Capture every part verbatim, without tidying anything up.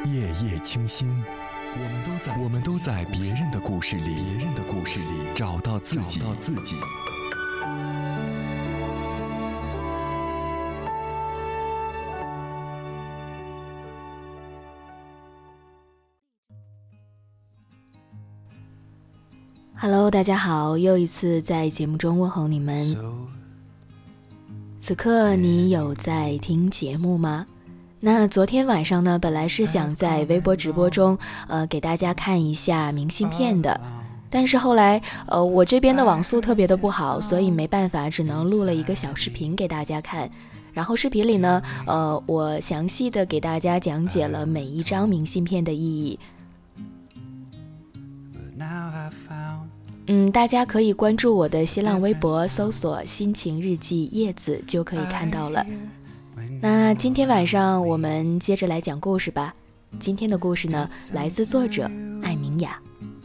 夜夜清心，我们都在我们都在别人的故事里，别人的故事里找到自己，找到自己。 Hello， 大家好，又一次在节目中问候你们。此刻你有在听节目吗？那昨天晚上呢，本来是想在微博直播中呃给大家看一下明信片的，但是后来呃我这边的网速特别的不好，所以没办法，只能录了一个小视频给大家看。然后视频里呢呃我详细的给大家讲解了每一张明信片的意义。嗯，大家可以关注我的新浪微博，搜索心情日记叶子就可以看到了。那今天晚上我们接着来讲故事吧。今天的故事呢，来自作者艾明雅。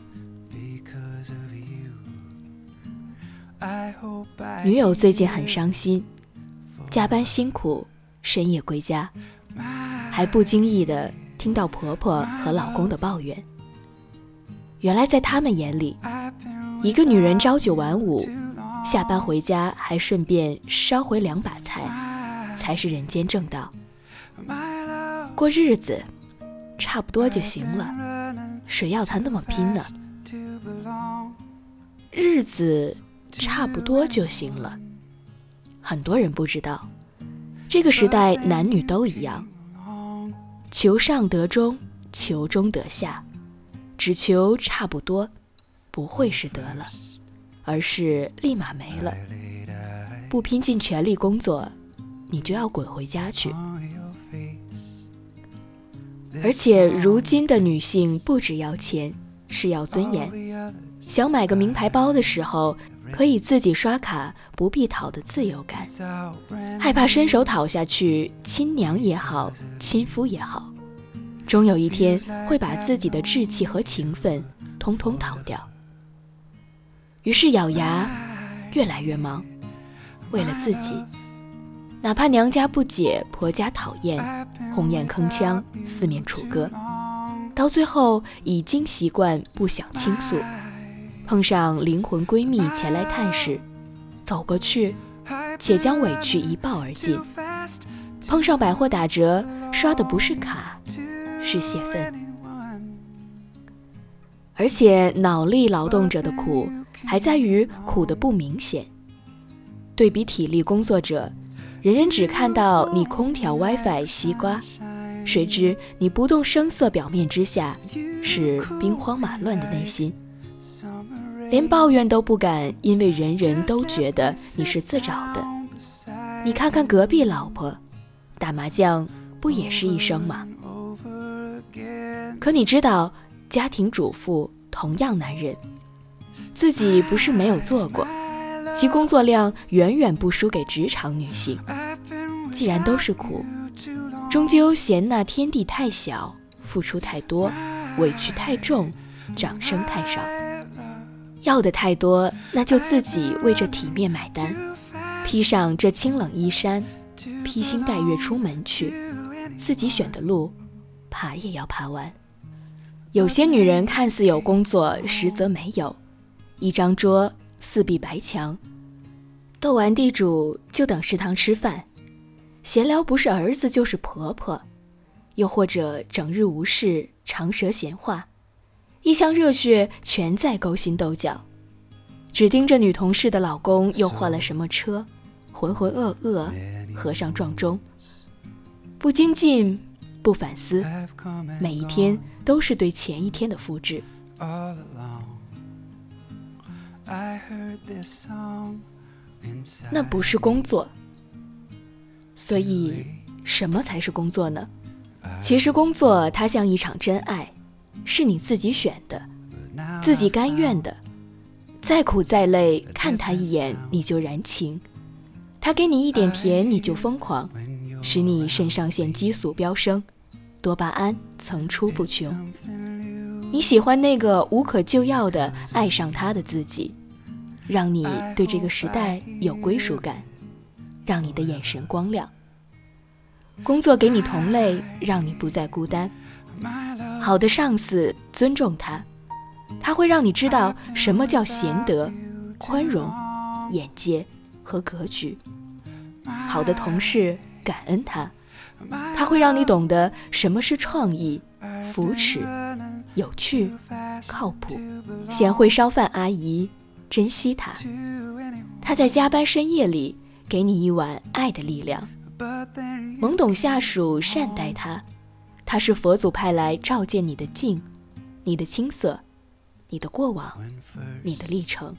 女友最近很伤心，加班辛苦，深夜归家，还不经意地听到婆婆和老公的抱怨。原来在他们眼里，一个女人朝九晚五，下班回家还顺便捎回两把菜，才是人间正道。过日子差不多就行了，谁要她那么拼呢？日子差不多就行了。很多人不知道，这个时代男女都一样，求上得中，求中得下，只求差不多，不会是得了，而是立马没了。不拼尽全力工作，你就要滚回家去。而且如今的女性不只要钱，是要尊严。想买个名牌包的时候，可以自己刷卡，不必讨的自由感，害怕伸手讨下去，亲娘也好，亲夫也好，终有一天会把自己的志气和情分通通讨掉。于是咬牙越来越忙，为了自己，哪怕娘家不解，婆家讨厌，红颜铿锵，四面楚歌，到最后已经习惯不想倾诉。碰上灵魂闺蜜前来探视，走过去且将委屈一抱而尽。碰上百货打折，刷的不是卡，是泄愤。而且脑力劳动者的苦还在于苦的不明显。对比体力工作者，人人只看到你空调 WiFi 西瓜，谁知你不动声色表面之下是兵荒马乱的内心。连抱怨都不敢，因为人人都觉得你是自找的。你看看隔壁老婆，打麻将不也是一生吗？可你知道，家庭主妇同样难忍，自己不是没有做过，其工作量远远不输给职场女性。既然都是苦，终究嫌那天地太小，付出太多，委屈太重，掌声太少。要的太多，那就自己为这体面买单，披上这清冷衣衫，披星戴月出门去，自己选的路爬也要爬完。有些女人看似有工作，实则没有，一张桌，四壁白墙，斗完地主就等食堂吃饭，闲聊不是儿子就是婆婆，又或者整日无事，长舌闲话，一腔热血全在勾心斗角，只盯着女同事的老公又换了什么车，浑浑噩噩，和尚撞钟，不精进，不反思，每一天都是对前一天的复制。那不是工作。所以什么才是工作呢？其实工作它像一场真爱，是你自己选的，自己甘愿的，再苦再累，看他一眼你就燃情，他给你一点甜你就疯狂，使你肾上腺激素飙升，多巴胺层出不穷。你喜欢那个无可救药的爱上他的自己，让你对这个时代有归属感，让你的眼神光亮。工作给你同类，让你不再孤单， 好的上司尊重他，他会让你知道什么叫贤德、宽容、眼界和格局。好的同事感恩他，他会让你懂得什么是创意、扶持、有趣、靠谱。贤惠烧饭阿姨珍惜他，他在加班深夜里给你一碗爱的力量。懵懂下属善待他，他是佛祖派来照见你的境、你的青涩、你的过往、你的历程。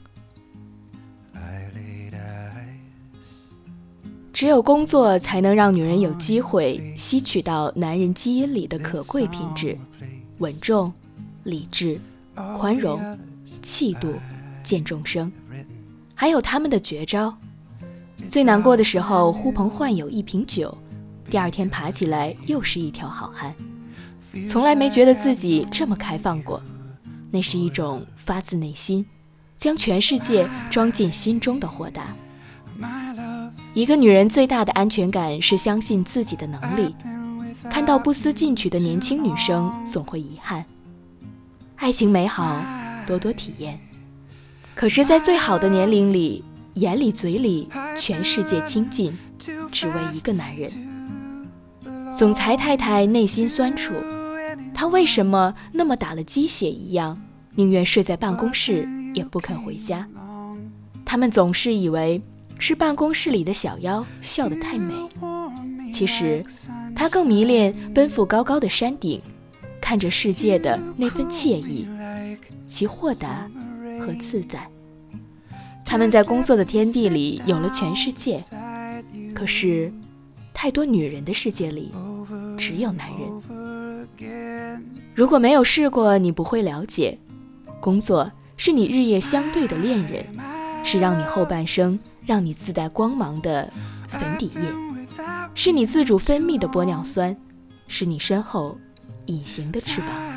只有工作才能让女人有机会吸取到男人基因里的可贵品质：稳重、理智、宽容、气度、见众生，还有他们的绝招。最难过的时候呼朋唤友一瓶酒，第二天爬起来又是一条好汉。从来没觉得自己这么开放过，那是一种发自内心将全世界装进心中的豁达。一个女人最大的安全感是相信自己的能力，看到不思进取的年轻女生总会遗憾。爱情美好，多多体验，可是在最好的年龄里，眼里嘴里全世界倾尽，只为一个男人。总裁太太内心酸楚，她为什么那么打了鸡血一样，宁愿睡在办公室也不肯回家？他们总是以为是办公室里的小妖笑得太美，其实她更迷恋奔赴高高的山顶，看着世界的那份惬意，其豁达和自在。他们在工作的天地里有了全世界，可是太多女人的世界里只有男人。如果没有试过，你不会了解，工作是你日夜相对的恋人，是让你后半生让你自带光芒的粉底液，是你自主分泌的玻尿酸，是你身后隐形的翅膀。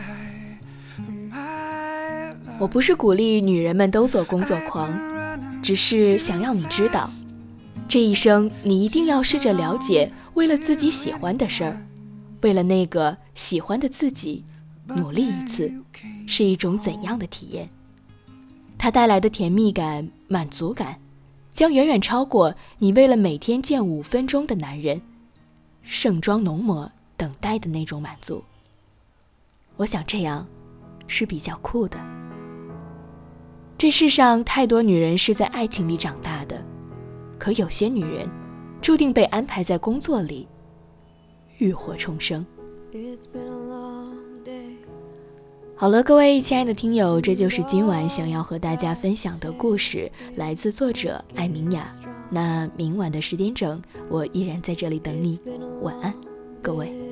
我不是鼓励女人们都做工作狂，只是想要你知道，这一生你一定要试着了解，为了自己喜欢的事儿，为了那个喜欢的自己，努力一次是一种怎样的体验。它带来的甜蜜感、满足感，将远远超过你为了每天见五分钟的男人盛装浓抹等待的那种满足。我想这样是比较酷的。这世上太多女人是在爱情里长大的，可有些女人注定被安排在工作里浴火重生。好了，各位亲爱的听友，这就是今晚想要和大家分享的故事，来自作者艾明雅。那明晚的十点整，我依然在这里等你，晚安，各位。